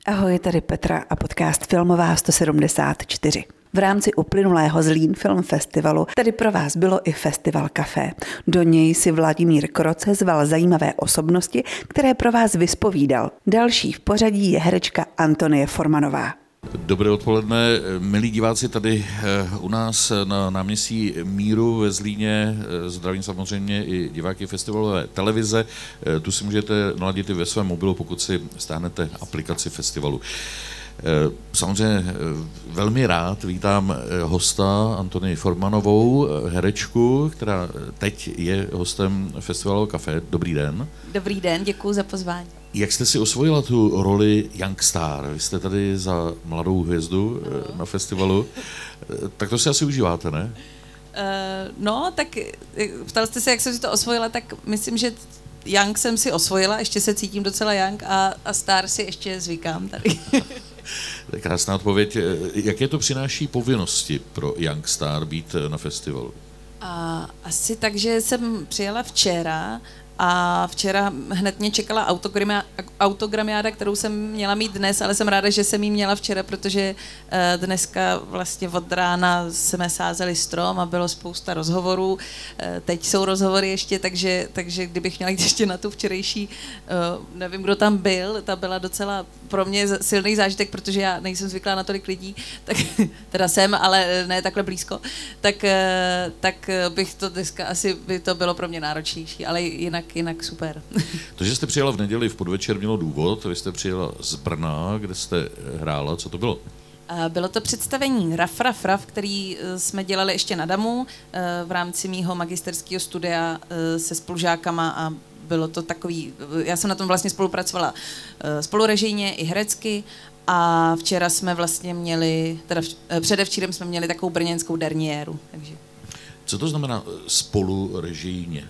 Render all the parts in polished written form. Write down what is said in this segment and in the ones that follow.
Ahoj, tady Petra a podcast Filmová 174. V rámci uplynulého Zlín Film Festivalu tady pro vás bylo i Festival Café. Do něj si Vladimír Kroce zval zajímavé osobnosti, které pro vás vyspovídal. Další v pořadí je herečka Antonie Formanová. Dobré odpoledne, milí diváci tady u nás na náměstí Míru ve Zlíně. Zdravím samozřejmě i diváky festivalové televize. Tu si můžete naladit i ve svém mobilu, pokud si stáhnete aplikaci festivalu. Samozřejmě velmi rád vítám hosta Antonii Formanovou, herečku, která teď je hostem festivalu Café. Dobrý den. Dobrý den, děkuji za pozvání. Jak jste si osvojila tu roli Young Star? Vy jste tady za mladou hvězdu na festivalu, tak to si asi užíváte, ne? No, tak ptal jste se, jak jsem si to osvojila, tak myslím, že Young jsem si osvojila, ještě se cítím docela Young a Star si ještě zvykám tady. To je krásná odpověď. Jaké to přináší povinnosti pro Young Star být na festivalu? Asi tak, že jsem přijela včera a včera hned mě čekala autogramiáda, kterou jsem měla mít dnes, ale jsem ráda, že jsem ji měla včera, protože dneska vlastně od rána jsme sázeli strom a bylo spousta rozhovorů. Teď jsou rozhovory ještě, takže kdybych měla jít ještě na tu včerejší, nevím, kdo tam byl, ta byla docela pro mě silný zážitek, protože já nejsem zvyklá na tolik lidí, tak teda jsem, ale ne takhle blízko, tak bych to dneska asi by to bylo pro mě náročnější, ale jinak super. To, že jste přijela v neděli v podvečer, mělo důvod. Vy jste přijela z Brna, kde jste hrála. Co to bylo? Bylo to představení Raf, který jsme dělali ještě na Damu v rámci mýho magisterského studia se spolužákama a bylo to takový, já jsem na tom vlastně spolupracovala spolurežijně i herecky a včera jsme vlastně měli, teda předevčírem jsme měli takovou brněnskou derniéru. Takže. Co to znamená spolurežijně?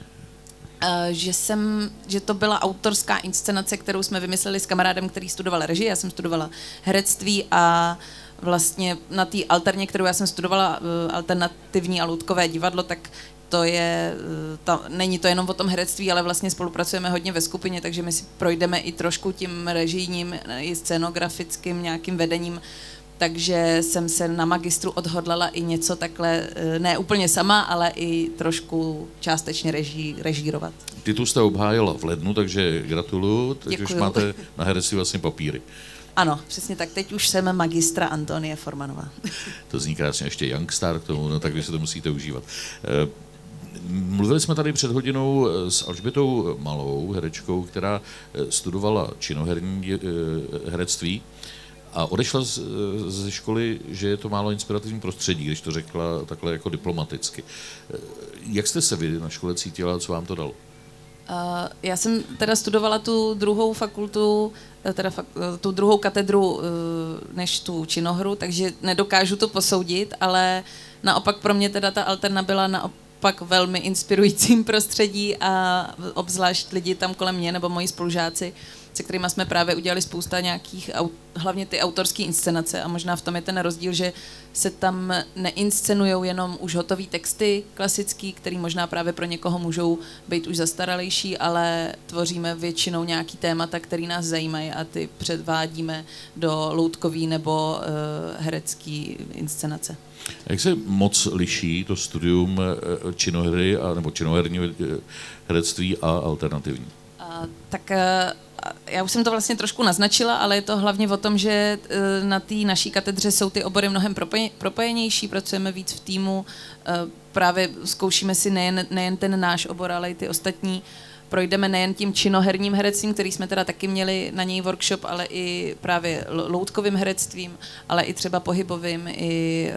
Že to byla autorská inscenace, kterou jsme vymysleli s kamarádem, který studoval režii, já jsem studovala herectví a vlastně na té alterně, kterou já jsem studovala, alternativní a loutkové divadlo, tak to je, není to jenom o tom herectví, ale vlastně spolupracujeme hodně ve skupině, takže my si projdeme i trošku tím režijním, i scenografickým nějakým vedením, takže jsem se na magistru odhodlala i něco takhle, ne úplně sama, ale i trošku částečně režírovat. Titul jste obhájila v lednu, takže gratuluju, teď už máte na herectví vlastně papíry. Ano, přesně tak, teď už jsem magistra Antonie Formanová. To zní krásně, ještě Young Star k tomu, no, tak vy se to musíte užívat. Mluvili jsme tady před hodinou s Alžbětou Malou, herečkou, která studovala činoherní herectví a odešla ze školy, že je to málo inspirativní prostředí, když to řekla takhle jako diplomaticky. Jak jste se vy na škole cítila, co vám to dalo? Já jsem teda studovala tu druhou fakultu, teda tu druhou katedru než tu činohru, takže nedokážu to posoudit, ale naopak pro mě teda ta alterna byla naopak velmi inspirujícím prostředí a obzvlášť lidi tam kolem mě nebo moji spolužáci, se kterými jsme právě udělali spousta nějakých, hlavně ty autorské inscenace a možná v tom je ten rozdíl, že se tam neinscenujou jenom už hotový texty klasický, který možná právě pro někoho můžou být už zastaralejší, ale tvoříme většinou nějaký témata, který nás zajímají a ty předvádíme do loutkový nebo herecký inscenace. Jak se moc liší to studium činohry nebo činoherního herectví a alternativní? Tak já už jsem to vlastně trošku naznačila, ale je to hlavně o tom, že na té naší katedře jsou ty obory mnohem propojenější, pracujeme víc v týmu, právě zkoušíme si nejen ten náš obor, ale i ty ostatní. Projdeme nejen tím činoherním herectvím, který jsme teda taky měli na něj workshop, ale i právě loutkovým herectvím, ale i třeba pohybovým, i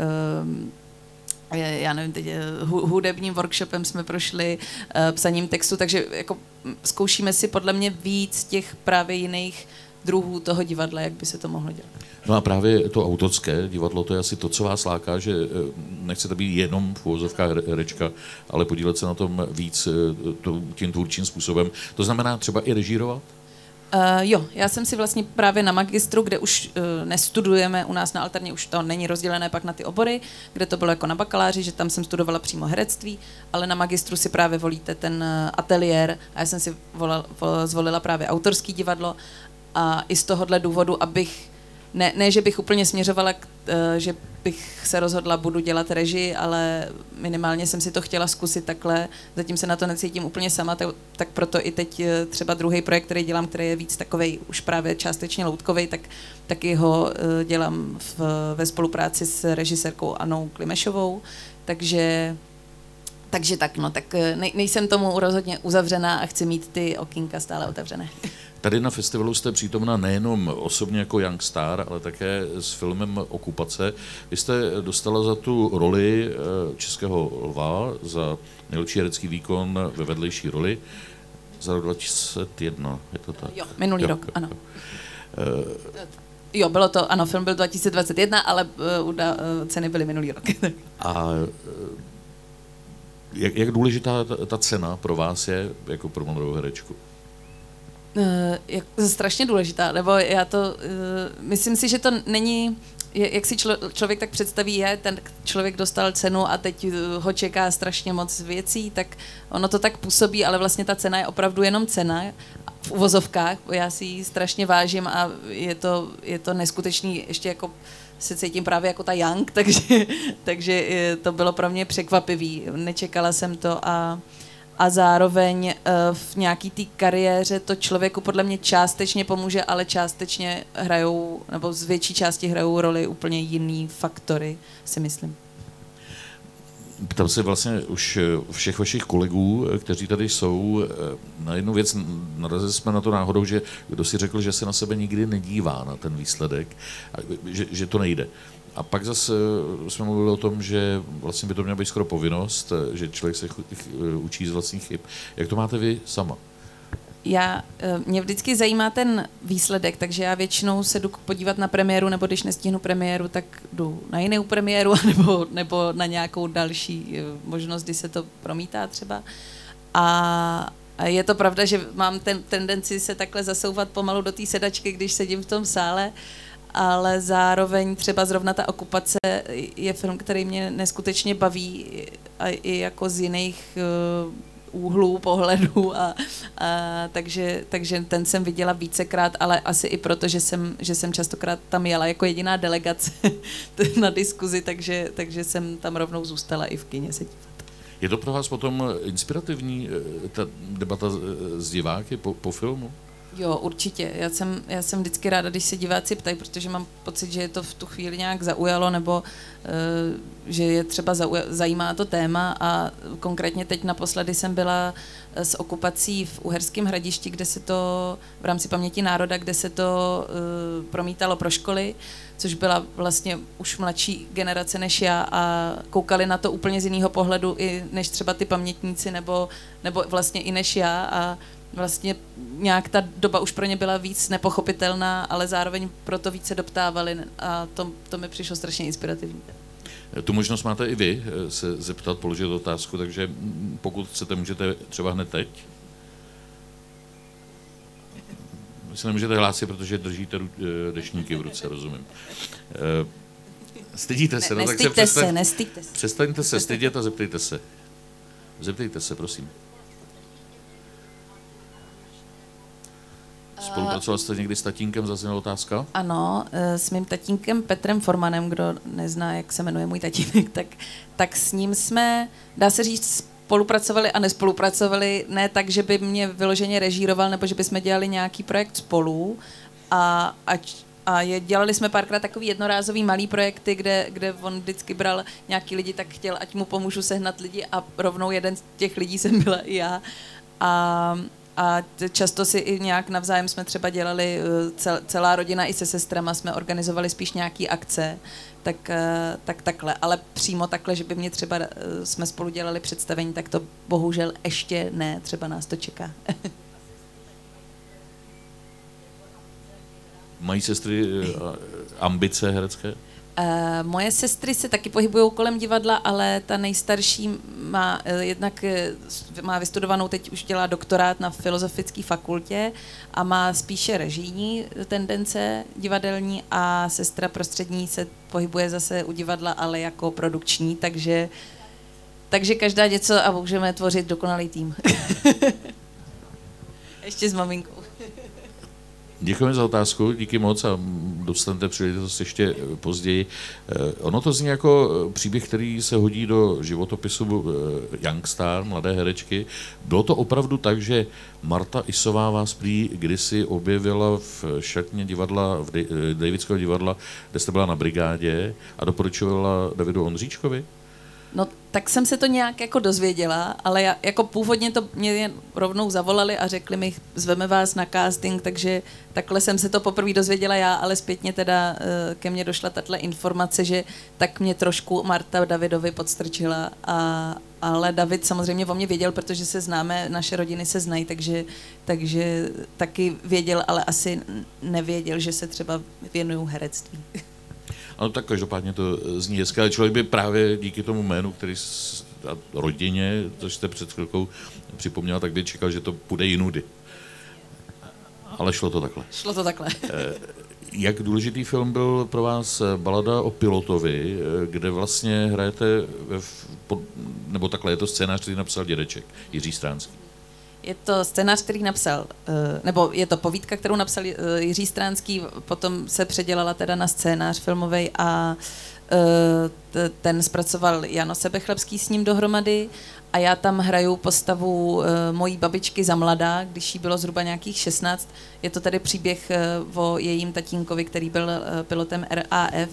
já nevím, teď hudebním workshopem jsme prošli, psaním textu, takže jako zkoušíme si podle mě víc těch právě jiných druhů toho divadla, jak by se to mohlo dělat. No a právě to autorské divadlo, to je asi to, co vás láká, že nechcete být jenom v uvozovkách herečka, ale podílet se na tom víc tím tvůrčím způsobem. To znamená třeba i režírovat? Jo, já jsem si vlastně právě na magistru, kde už nestudujeme, u nás na alterně už to není rozdělené pak na ty obory, kde to bylo jako na bakaláři, že tam jsem studovala přímo herectví, ale na magistru si právě volíte ten ateliér a já jsem si zvolila právě autorský divadlo A i z tohohle důvodu, abych, ne že bych úplně směřovala, že bych se rozhodla, budu dělat režii, ale minimálně jsem si to chtěla zkusit takhle. Zatím se na to necítím úplně sama, tak proto i teď třeba druhý projekt, který dělám, který je víc takovej už právě částečně loutkovej, taky ho dělám ve spolupráci s režisérkou Annou Klimešovou, takže tak, no, tak nejsem tomu rozhodně uzavřená a chci mít ty okýnka stále otevřené. Tady na festivalu jste přítomna nejenom osobně jako Young Star, ale také s filmem Okupace. Vy jste dostala za tu roli Českého lva, za nejlepší herecký výkon ve vedlejší roli za rok 2001, je to tak? Jo, minulý rok, ano. Jo, bylo to, ano, film byl 2021, ale ceny byly minulý rok. A jak důležitá ta cena pro vás je, jako pro mladou herečku? Strašně důležitá, nebo já to, myslím si, že to není, jak si člověk tak představí, ten člověk dostal cenu a teď ho čeká strašně moc věcí, tak ono to tak působí, ale vlastně ta cena je opravdu jenom cena v uvozovkách, já si ji strašně vážím a je to neskutečný, ještě jako se cítím právě jako ta Young, takže to bylo pro mě překvapivý, nečekala jsem to a zároveň v nějaký té kariéře to člověku podle mě částečně pomůže, ale částečně hrajou, nebo z větší části hrajou roli úplně jiný faktory, si myslím. Ptám se vlastně už všech vašich kolegů, kteří tady jsou, na jednu věc, narazili jsme na to náhodou, že kdo si řekl, že se na sebe nikdy nedívá na ten výsledek, že to nejde. A pak zase jsme mluvili o tom, že vlastně by to měla být skoro povinnost, že člověk se učí z vlastních chyb. Jak to máte vy sama? Mě vždycky zajímá ten výsledek, takže já většinou se jdu podívat na premiéru, nebo když nestihnu premiéru, tak jdu na jinou premiéru, nebo na nějakou další možnost, kdy se to promítá třeba. A je to pravda, že mám tendenci se takhle zasouvat pomalu do té sedačky, když sedím v tom sále, ale zároveň třeba zrovna ta Okupace je film, který mě neskutečně baví a i jako z jiných úhlů pohledu takže ten jsem viděla vícekrát, ale asi i proto, že jsem častokrát tam jela jako jediná delegace na diskuzi, takže jsem tam rovnou zůstala i v kině se dívat. Je to pro vás potom inspirativní ta debata s diváky po filmu? Jo, určitě. Já jsem vždycky ráda, když se diváci ptají, protože mám pocit, že je to v tu chvíli nějak zaujalo, nebo že je třeba zajímá to téma a konkrétně teď naposledy jsem byla s Okupací v Uherském Hradišti, kde se to v rámci Paměti národa, kde se to promítalo pro školy, což byla vlastně už mladší generace než já a koukali na to úplně z jiného pohledu i než třeba ty pamětníci nebo vlastně i než já a vlastně nějak ta doba už pro ně byla víc nepochopitelná, ale zároveň proto více doptávali a to mi přišlo strašně inspirativní. Tu možnost máte i vy se zeptat, položit otázku, takže pokud chcete, můžete třeba hned teď. Vy se nemůžete hlásit, protože držíte deštníky v ruce, rozumím. Stydíte se, no tak nestyďte se. Přestaňte se stydět a zeptejte se. Zeptejte se, prosím. Spolupracoval jste někdy s tatínkem, zazněla otázka? Ano, s mým tatínkem Petrem Formanem, kdo nezná, jak se jmenuje můj tatínek, tak s ním jsme, dá se říct, spolupracovali a nespolupracovali, ne tak, že by mě vyloženě režíroval, nebo že bychom dělali nějaký projekt spolu a dělali jsme párkrát takový jednorázový malý projekty, kde on vždycky bral nějaký lidi, tak chtěl, ať mu pomůžu sehnat lidi a rovnou jeden z těch lidí jsem byla i já. A často si i nějak navzájem jsme třeba dělali, celá rodina i se sestrama jsme organizovali spíš nějaký akce, tak takhle. Ale přímo takhle, že by mě třeba jsme spolu dělali představení, tak to bohužel ještě ne, třeba nás to čeká. Mají sestry ambice herecké? Moje sestry se taky pohybují kolem divadla, ale ta nejstarší má vystudovanou, teď už dělá doktorát na Filozofické fakultě a má spíše režijní tendence divadelní a sestra prostřední se pohybuje zase u divadla, ale jako produkční, takže každá něco a můžeme tvořit dokonalý tým. Ještě s maminkou. Děkujeme za otázku, díky moc a dostanete příležitost ještě později. Ono to zní jako příběh, který se hodí do životopisu Youngstar, mladé herečky. Bylo to opravdu tak, že Marta Isová vás prý kdysi objevila v šatně divadla, Davidského divadla, kde jste byla na brigádě a doporučovala Davidu Ondříčkovi? No, tak jsem se to nějak jako dozvěděla, ale já, jako původně to mě rovnou zavolali a řekli mi, zveme vás na casting, takže takhle jsem se to poprvé dozvěděla já, ale zpětně teda ke mně došla tato informace, že tak mě trošku Marta Davidovi podstrčila, ale David samozřejmě o mě věděl, protože se známe, naše rodiny se znají, takže taky věděl, ale asi nevěděl, že se třeba věnuju herectví. Ano, tak každopádně to zní hezké, ale člověk by právě díky tomu jménu, který a rodině, což jste před chvilkou připomněla, tak by čekal, že to půjde jinudy. Ale šlo to takhle. Šlo to takhle. Jak důležitý film byl pro vás Balada o pilotovi, kde vlastně hrajete, nebo takhle, je to scénář, který napsal dědeček, Jiří Stránský. Je to scénář, který napsal, nebo je to povídka, kterou napsal Jiří Stránský, potom se předělala teda na scénář filmovej a ten zpracoval Jano Sebechlebský s ním dohromady a já tam hraju postavu mojí babičky za mladá, když jí bylo zhruba nějakých 16. Je to tedy příběh o jejím tatínkovi, který byl pilotem RAF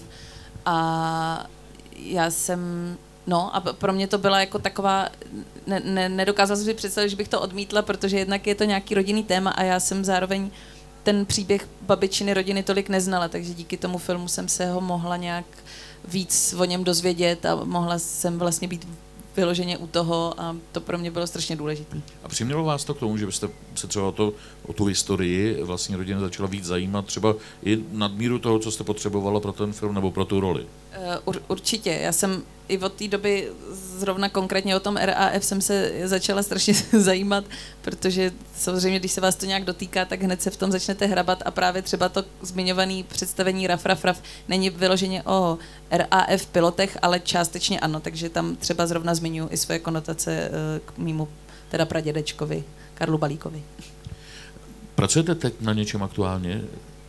a já jsem... No a pro mě to byla jako taková, nedokázala jsem si představit, že bych to odmítla, protože jednak je to nějaký rodinný téma a já jsem zároveň ten příběh babičiny rodiny tolik neznala, takže díky tomu filmu jsem se ho mohla nějak víc o něm dozvědět a mohla jsem vlastně být vyloženě u toho a to pro mě bylo strašně důležité. A přimělo vás to k tomu, že byste se třeba o tu historii vlastní rodiny začala víc zajímat, třeba i nadmíru toho, co jste potřebovala pro ten film nebo pro tu roli? Určitě. Já jsem i od té doby, zrovna konkrétně o tom RAF, jsem se začala strašně zajímat, protože samozřejmě, když se vás to nějak dotýká, tak hned se v tom začnete hrabat a právě třeba to zmiňované představení Raf není vyloženě o RAF pilotech, ale částečně ano, takže tam třeba zrovna zmiňuji i svoje konotace k mému teda pradědečkovi, Karlu Balíkovi. Pracujete teď na něčem aktuálně?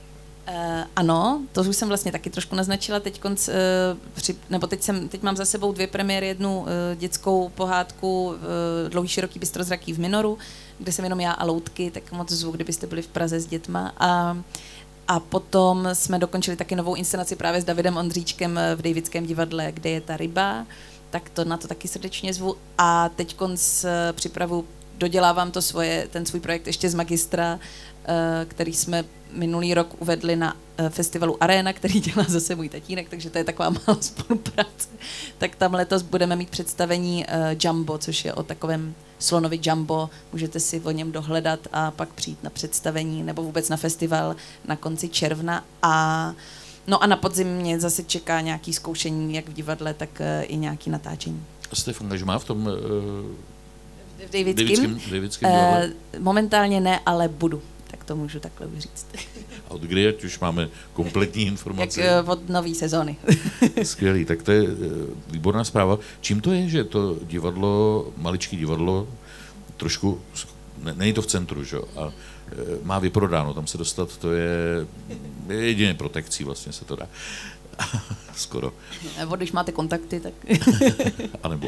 Ano, to už jsem vlastně taky trošku naznačila. Teď mám za sebou 2 premiéry, jednu dětskou pohádku Dlouhý široký bystrozraký v Minoru, kde jsem jenom já a loutky, tak moc zvu, kdybyste byli v Praze s dětma. A potom jsme dokončili taky novou inscenaci právě s Davidem Ondříčkem v Davidském divadle, Kde je ta ryba, tak to na to taky srdečně zvu. A teď dodělávám ten svůj projekt ještě z magistra, který jsme minulý rok uvedli na festivalu Arena, který dělá zase můj tatínek, takže to je taková malá spolupráce. Tak tam letos budeme mít představení Jumbo, což je o takovém slonovi Jumbo. Můžete si o něm dohledat a pak přijít na představení nebo vůbec na festival na konci června. No a na podzim mě zase čeká nějaké zkoušení, jak v divadle, tak i nějaké natáčení. Jste v angažmá v tom v Davidském divadle? Momentálně ne, ale budu. Tak to můžu takhle už říct. A od kdy, ať už máme kompletní informace? Jak od nové sezóny. Skvělý, tak to je výborná zpráva. Čím to je, že to divadlo, maličký divadlo, trošku, není to v centru, že? A má vyprodáno, tam se dostat, to je jedině protekcí vlastně se to dá. Skoro. Nebo když máte kontakty, tak... A nebo...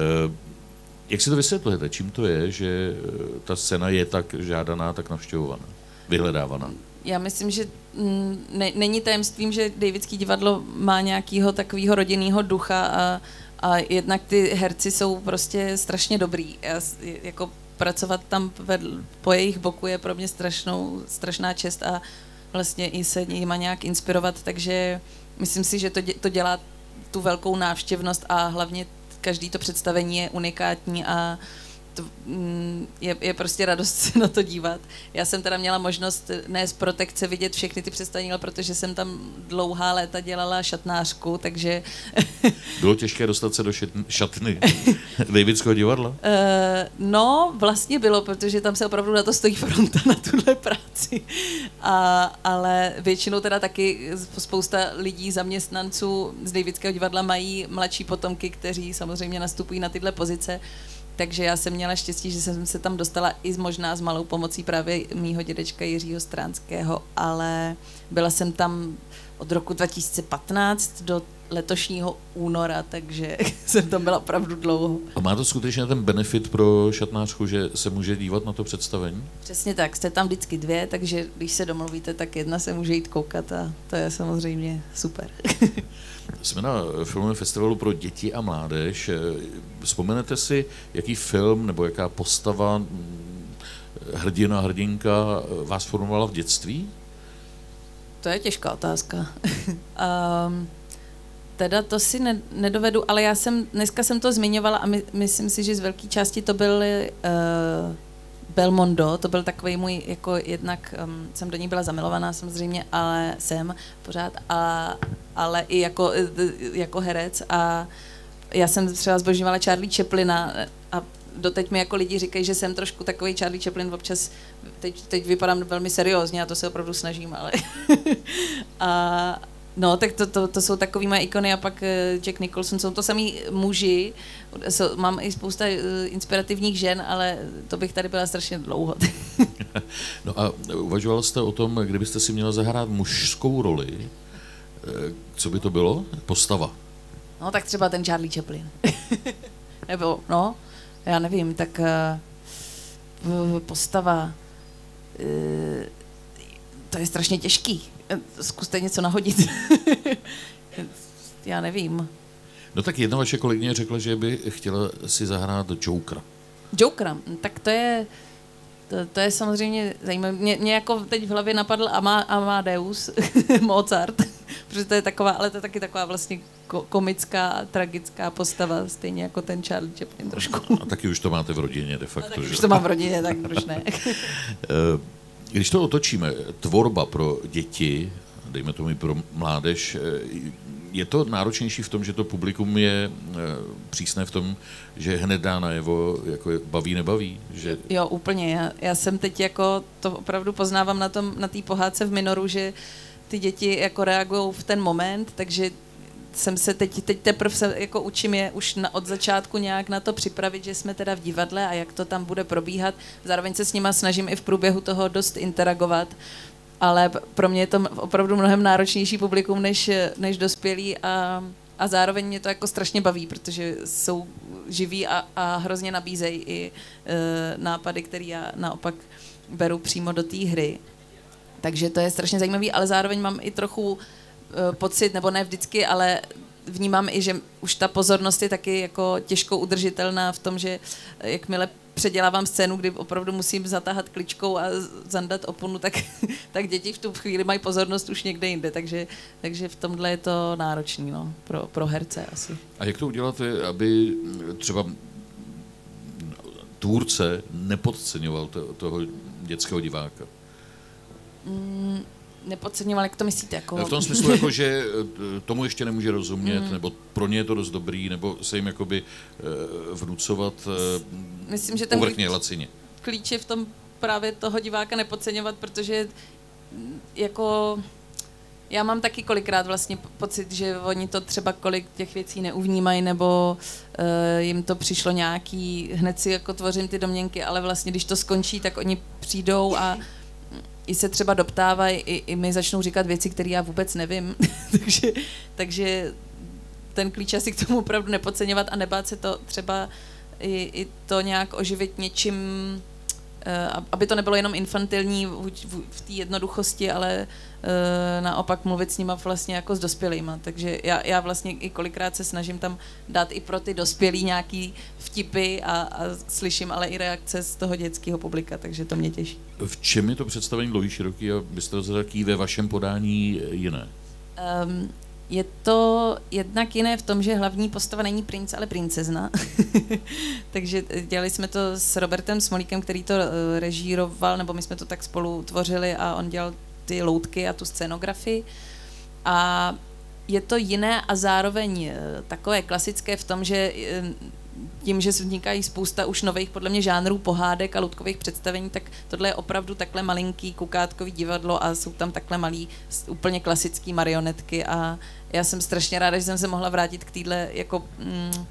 Jak si to vysvětlujete? Čím to je, že ta scéna je tak žádaná, tak navštěvovaná, vyhledávaná? Já myslím, že není tajemstvím, že Davidský divadlo má nějakého takového rodinného ducha a jednak ty herci jsou prostě strašně dobrý. Jako pracovat tam po jejich boku je pro mě strašná čest a vlastně i se jima nějak inspirovat, takže myslím si, že to dělá tu velkou návštěvnost a hlavně každý to představení je unikátní a je prostě radost se na to dívat. Já jsem teda měla možnost ne z protekce vidět všechny ty představení, ale protože jsem tam dlouhá léta dělala šatnářku, takže... Bylo těžké dostat se do šatny Davidského divadla? No, vlastně bylo, protože tam se opravdu na to stojí fronta, na tuhle práci. Ale většinou teda taky spousta lidí, zaměstnanců z Davidského divadla mají mladší potomky, kteří samozřejmě nastupují na tyhle pozice. takže já jsem měla štěstí, že jsem se tam dostala i možná s malou pomocí právě mýho dědečka Jiřího Stránského, ale byla jsem tam od roku 2015 do letošního února, takže jsem tam byla opravdu dlouho. A má to skutečně ten benefit pro šatnářku, že se může dívat na to představení? Přesně tak, jste tam vždycky dvě, takže když se domluvíte, tak jedna se může jít koukat a to je samozřejmě super. Jsme na filmovém festivalu pro děti a mládež. Vzpomenete si, jaký film nebo jaká postava, hrdina, hrdinka vás formovala v dětství? To je těžká otázka. Teda to si nedovedu, ale dneska jsem to zmiňovala a myslím si, že z velké části to byl Belmondo, to byl takový můj, jako jednak jsem do ní byla zamilovaná samozřejmě, ale jsem pořád, ale i jako herec a já jsem třeba zbožňovala Charlie Chaplina a doteď mi jako lidi říkají, že jsem trošku takový Charlie Chaplin, občas teď vypadám velmi seriózně a to se opravdu snažím, ale no, tak to jsou takový moje ikony a pak Jack Nicholson, jsou to samý muži, mám i spousta inspirativních žen, ale to bych tady byla strašně dlouho. No a uvažoval jste o tom, kdybyste si měla zahrát mužskou roli, co by to bylo? Postava. No, tak třeba ten Charlie Chaplin. Nebo, no, já nevím, tak postava, to je strašně těžký. Zkuste něco nahodit. Já nevím. No tak jedna vaše kolegyně řekla, že by chtěla si zahrát Jokera. Jokera, tak to je samozřejmě zajímavé. Mě jako teď v hlavě napadl Amadeus, Mozart, protože to je taková, ale to je taky taková vlastně komická, tragická postava, stejně jako ten Charlie Chaplin trošku. A taky už to máte v rodině de facto. Už to mám v rodině, tak proč ne? Když to otočíme, tvorba pro děti, dejme tomu i pro mládež, je to náročnější v tom, že to publikum je přísné v tom, že hned dá najevo, jako baví, nebaví? Že... Jo, úplně. Já jsem teď jako, to opravdu poznávám na té pohádce v Minoru, že ty děti jako reagují v ten moment, takže jsem se teď teprve se jako učím je už od začátku nějak na to připravit, že jsme teda v divadle a jak to tam bude probíhat. Zároveň se s nima snažím i v průběhu toho dost interagovat, ale pro mě je to opravdu mnohem náročnější publikum než dospělí a zároveň mě to jako strašně baví, protože jsou živí a hrozně nabízejí i nápady, které já naopak beru přímo do té hry. Takže to je strašně zajímavý, ale zároveň mám i trochu pocit, nebo ne vždycky, ale vnímám i, že už ta pozornost je taky jako těžko udržitelná v tom, že jakmile předělávám scénu, kdy opravdu musím zatáhat kličkou a zandat oponu, tak děti v tu chvíli mají pozornost už někde jinde, takže v tomhle je to náročný, no, pro herce asi. A jak to uděláte, aby třeba tvůrce nepodceňoval toho dětského diváka? Nepodceňoval, jak to myslíte? Jako... V tom smyslu, jako, že tomu ještě nemůže rozumět, nebo pro ně je to dost dobrý, nebo se jim jakoby vnucovat povrchně, lacině. Klíč je v tom právě toho diváka nepodceňovat, protože jako já mám taky kolikrát vlastně pocit, že oni to třeba kolik těch věcí neuvnímají, nebo jim to přišlo nějaký, hned si jako tvořím ty domněnky, ale vlastně když to skončí, tak oni přijdou a i se třeba doptávají, i mi začnou říkat věci, které já vůbec nevím. takže ten klíč asi k tomu opravdu nepodceňovat a nebát se to třeba i to nějak oživit něčím, aby to nebylo jenom infantilní v té jednoduchosti, ale naopak mluvit s nima vlastně jako s dospělýma. Takže já vlastně i kolikrát se snažím tam dát i pro ty dospělí nějaký vtipy a slyším ale i reakce z toho dětského publika, takže to mě těší. V čem je to představení dlouhý, široký a byste to taký ve vašem podání jiné? Je to jednak jiné v tom, že hlavní postava není princ, ale princezna. Takže dělali jsme to s Robertem Smolíkem, který to režíroval, nebo my jsme to tak spolu tvořili a on dělal ty loutky a tu scénografii. A je to jiné a zároveň takové klasické v tom, že tím, že vznikají spousta už nových podle mě žánrů pohádek a loutkových představení, tak tohle je opravdu takhle malinký kukátkový divadlo a jsou tam takhle malý úplně klasický marionetky a já jsem strašně ráda, že jsem se mohla vrátit k téhle jako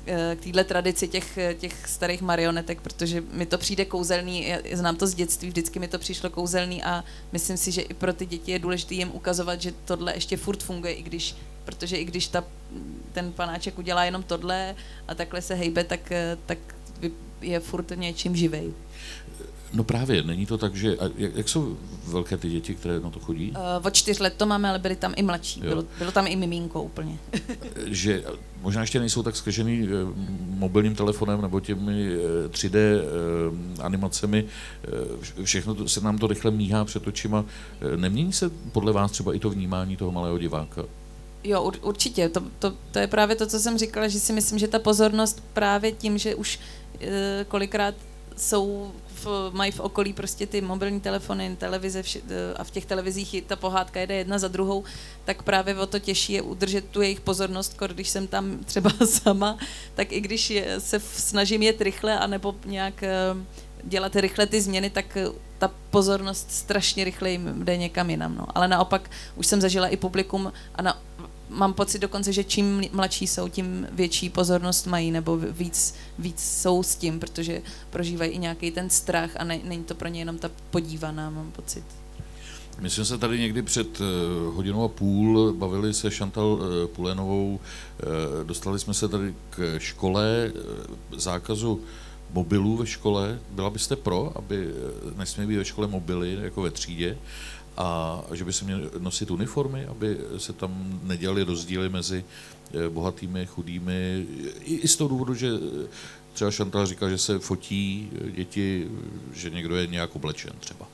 k téhle tradici těch starých marionetek, protože mi to přijde kouzelný, já znám to z dětství, vždycky mi to přišlo kouzelný a myslím si, že i pro ty děti je důležité jim ukazovat, že tohle ještě furt funguje, protože i když ten panáček udělá jenom tohle a takhle se hejbe, tak je furt něčím živej. No právě, není to tak, že... Jak jsou velké ty děti, které na to chodí? Od 4 let to máme, ale byly tam i mladší. Bylo tam i mimínko úplně. Že možná ještě nejsou tak zkažený mobilním telefonem nebo těmi 3D animacemi. Všechno se nám to rychle míhá před očima. Nemění se podle vás třeba i to vnímání toho malého diváka? Jo, určitě. To je právě to, co jsem říkala, že si myslím, že ta pozornost právě tím, že už kolikrát mají v okolí prostě ty mobilní telefony, televize a v těch televizích ta pohádka jede jedna za druhou, tak právě o to těžší je udržet tu jejich pozornost, když jsem tam třeba sama, tak i když se snažím jet rychle anebo nějak dělat rychle ty změny, tak ta pozornost strašně rychle jim jde někam jinam. No. Ale naopak už jsem zažila i publikum a mám pocit dokonce, že čím mladší jsou, tím větší pozornost mají nebo víc jsou s tím, protože prožívají i nějaký ten strach a není to pro ně jenom ta podívaná, mám pocit. My jsme se tady někdy před hodinou a půl bavili se Chantal Pulénovou, dostali jsme se tady k škole, zákazu mobilů ve škole. Byla byste pro, aby nesměly být ve škole mobily jako ve třídě a že by se měly nosit uniformy, aby se tam nedělaly rozdíly mezi bohatými, chudými, i z toho důvodu, že třeba Chantal říká, že se fotí děti, že někdo je nějak oblečen třeba.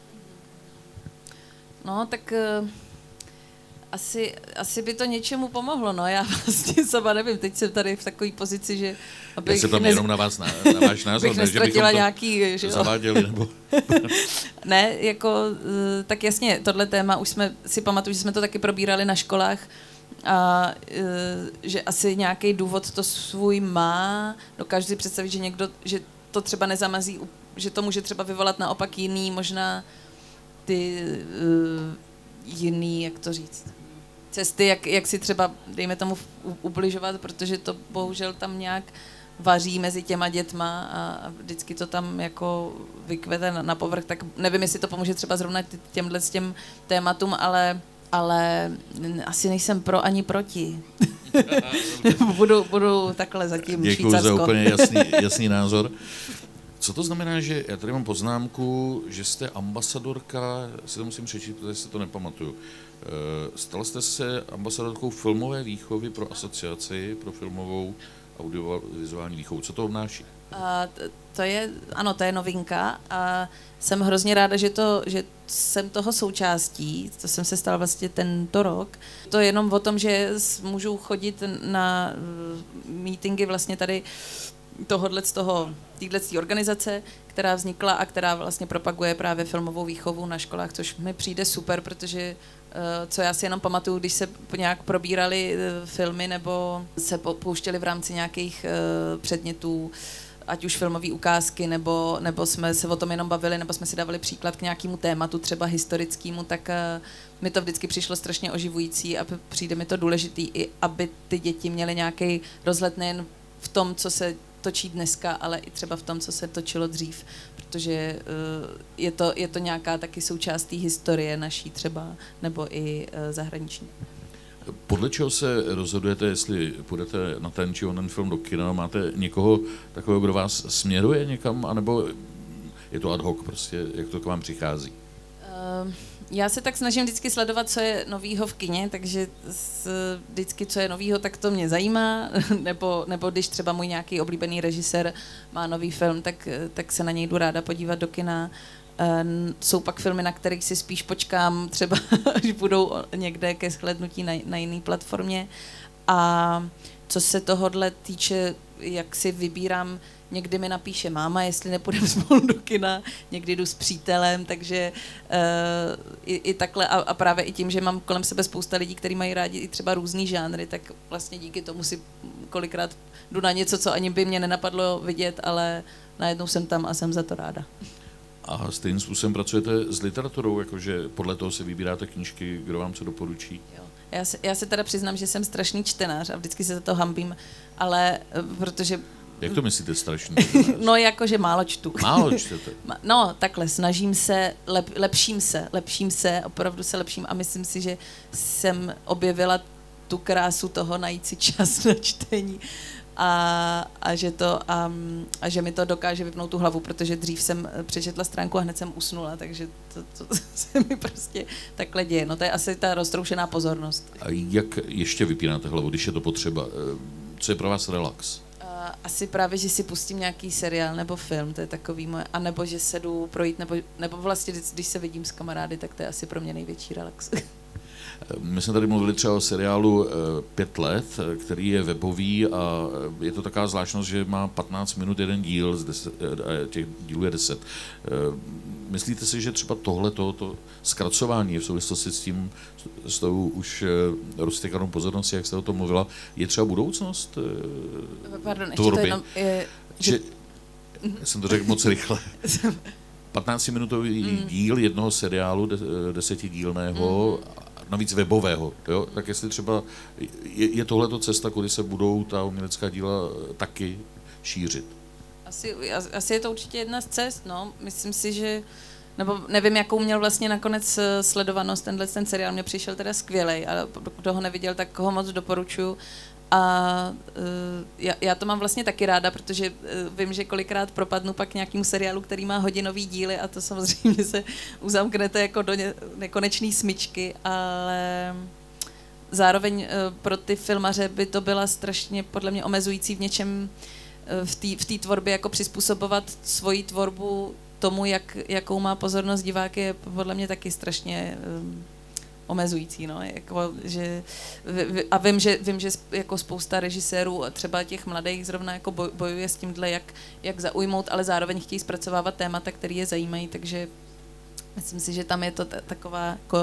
No, tak asi by to něčemu pomohlo, no, já vlastně sama nevím, teď jsem tady v takové pozici, že abych... Já se tam jenom na váš názor, ne, že bychom to nějaký, že zaváděli, nebo... Ne, jako, tak jasně, tohle téma už si pamatuju, že jsme to taky probírali na školách a že asi nějaký důvod to svůj má, dokážu si představit, že někdo, že to třeba nezamazí, že to může třeba vyvolat naopak jiný, možná ty jiný, jak to říct, cesty, jak si třeba, dejme tomu, ubližovat, protože to bohužel tam nějak vaří mezi těma dětma a vždycky to tam jako vykvete na povrch, tak nevím, jestli to pomůže třeba zrovna těmhle s těm tématům, ale asi nejsem pro ani proti. budu takhle zatím Děkuju za úplně jasný názor. Co to znamená, že já tady mám poznámku, že jste ambasadorka, si to musím přečíst, protože si to nepamatuju. Stala jste se ambasadorkou filmové výchovy pro asociaci pro filmovou audiovizuální výchovu. Co to obnáší? To je novinka a jsem hrozně ráda, že jsem toho součástí, to jsem se stala vlastně tento rok. To je jenom o tom, že můžu chodit na meetingy vlastně tady téhletý organizace, která vznikla a která vlastně propaguje právě filmovou výchovu na školách, což mi přijde super, protože co já si jenom pamatuju, když se nějak probíraly filmy nebo se pouštěly v rámci nějakých předmětů, ať už filmové ukázky, nebo jsme se o tom jenom bavili, nebo jsme si dávali příklad k nějakému tématu, třeba historickému, tak mi to vždycky přišlo strašně oživující a přijde mi to důležitý, i aby ty děti měly nějaký rozhled nejen v tom, co se točí dneska, ale i třeba v tom, co se točilo dřív, protože je to nějaká taky součást té historie naší třeba, nebo i zahraniční. Podle čeho se rozhodujete, jestli půjdete na ten či onen film do kina? Máte někoho takového, kdo vás směruje někam, anebo je to ad hoc prostě, jak to k vám přichází? Já se tak snažím vždycky sledovat, co je novýho v kině, takže vždycky, co je novýho, tak to mě zajímá, nebo když třeba můj nějaký oblíbený režisér má nový film, tak se na něj jdu ráda podívat do kina. Jsou pak filmy, na kterých si spíš počkám, třeba až budou někde ke shlédnutí na jiné platformě. A co se tohodle týče, jak si vybírám, někdy mi napíše máma, jestli nepůjdeme spolu do kina, někdy jdu s přítelem, takže i takhle a právě i tím, že mám kolem sebe spousta lidí, kteří mají rádi i třeba různý žánry, tak vlastně díky tomu si kolikrát jdu na něco, co ani by mě nenapadlo vidět, ale najednou jsem tam a jsem za to ráda. A stejným způsobem pracujete s literaturou, jakože podle toho si vybíráte knížky, kdo vám co doporučí? Jo. Já se teda přiznám, že jsem strašný čtenář a vždycky se za to hanbím, ale protože... Jak to myslíte strašný? No jakože málo čtu. Málo čtete? No takhle, snažím se, lepším se, opravdu se lepším a myslím si, že jsem objevila tu krásu toho najít si čas na čtení a že mi to dokáže vypnout tu hlavu, protože dřív jsem přečetla stránku a hned jsem usnula, takže to se mi prostě takhle děje. No to je asi ta roztroušená pozornost. A jak ještě vypínáte hlavu, když je to potřeba? Co je pro vás relax? Asi právě, že si pustím nějaký seriál nebo film, to je takový moje, anebo že se jdu projít, nebo vlastně, když se vidím s kamarády, tak to je asi pro mě největší relax. My jsme tady mluvili třeba o seriálu 5 let, který je webový a je to taková zvláštnost, že má 15 minut jeden díl, těch dílů je 10. Myslíte si, že třeba tohleto zkracování v souvislosti s tou už roztěkanou pozorností, jak jste o tom mluvila, je třeba budoucnost? Pardon, ještě to jenom... Já jsem to řekl moc rychle. 15-minutový díl jednoho seriálu, 10dílného, navíc webového, jo? Tak jestli třeba je tohleto cesta, kudy se budou ta umělecká díla taky šířit? Asi je to určitě jedna z cest, no. Myslím si, že, nebo nevím, jakou měl vlastně nakonec sledovanost ten seriál, mně přišel teda skvělej, ale kdo ho neviděl, tak ho moc doporučuji. A já to mám vlastně taky ráda, protože vím, že kolikrát propadnu pak nějakému seriálu, který má hodinový díly a to samozřejmě se uzamknete jako do nekonečné smyčky, ale zároveň pro ty filmaře by to byla strašně podle mě omezující v něčem v té tvorbě, jako přizpůsobovat svoji tvorbu tomu, jakou má pozornost divák, je podle mě taky strašně omezující, no, jako, že, a vím, že jako spousta režisérů, třeba těch mladých zrovna jako bojuje s tímhle, jak zaujmout, ale zároveň chtějí zpracovávat témata, které je zajímají, takže myslím si, že tam je to taková jako,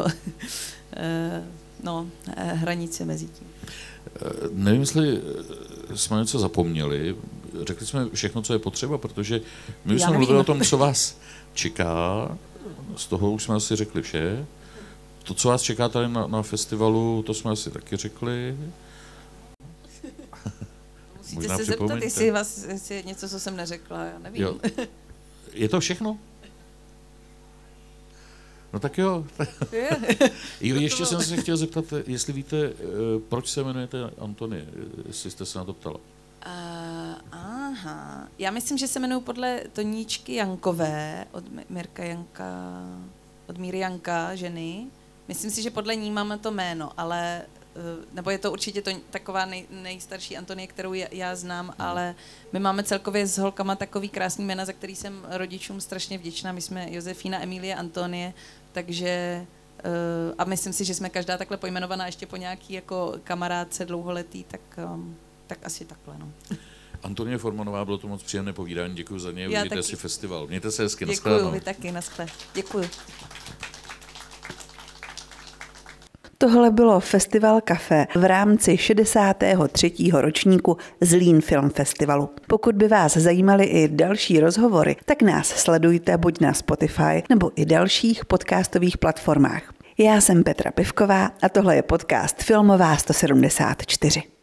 hranice mezi tím. Nevím, jestli jsme něco zapomněli, řekli jsme všechno, co je potřeba, protože my už jsme mluvili o tom, co vás čeká, z toho už jsme asi řekli vše. To, co vás čeká tady na festivalu, to jsme asi taky řekli. Musíte se zeptat, jestli je něco, co jsem neřekla, já nevím. Jo. Je to všechno? No tak jo. Jo, ještě jsem se chtěl zeptat, jestli víte, proč se jmenujete Antonie, jestli jste se na to ptala. Aha. Já myslím, že se jmenuji podle Toníčky Jankové, od Míry Janka, ženy. Myslím si, že podle ní máme to jméno, ale, nebo je to určitě taková nejstarší Antonie, kterou já znám, ale my máme celkově s holkama takový krásný jména, za který jsem rodičům strašně vděčná. My jsme Josefína, Emilie, Antonie, takže a myslím si, že jsme každá takhle pojmenovaná ještě po nějaký jako kamarádce dlouholetý, tak asi takhle, no. Antonie Formanová, bylo to moc příjemné povídání, děkuji za něj, užijte si festival. Mějte se hezky, děkuju, vy taky, naschle. Děkuju. Tohle bylo Festival Café v rámci 63. ročníku Zlín Film Festivalu. Pokud by vás zajímaly i další rozhovory, tak nás sledujte buď na Spotify nebo i dalších podcastových platformách. Já jsem Petra Pivková a tohle je podcast Filmová 174.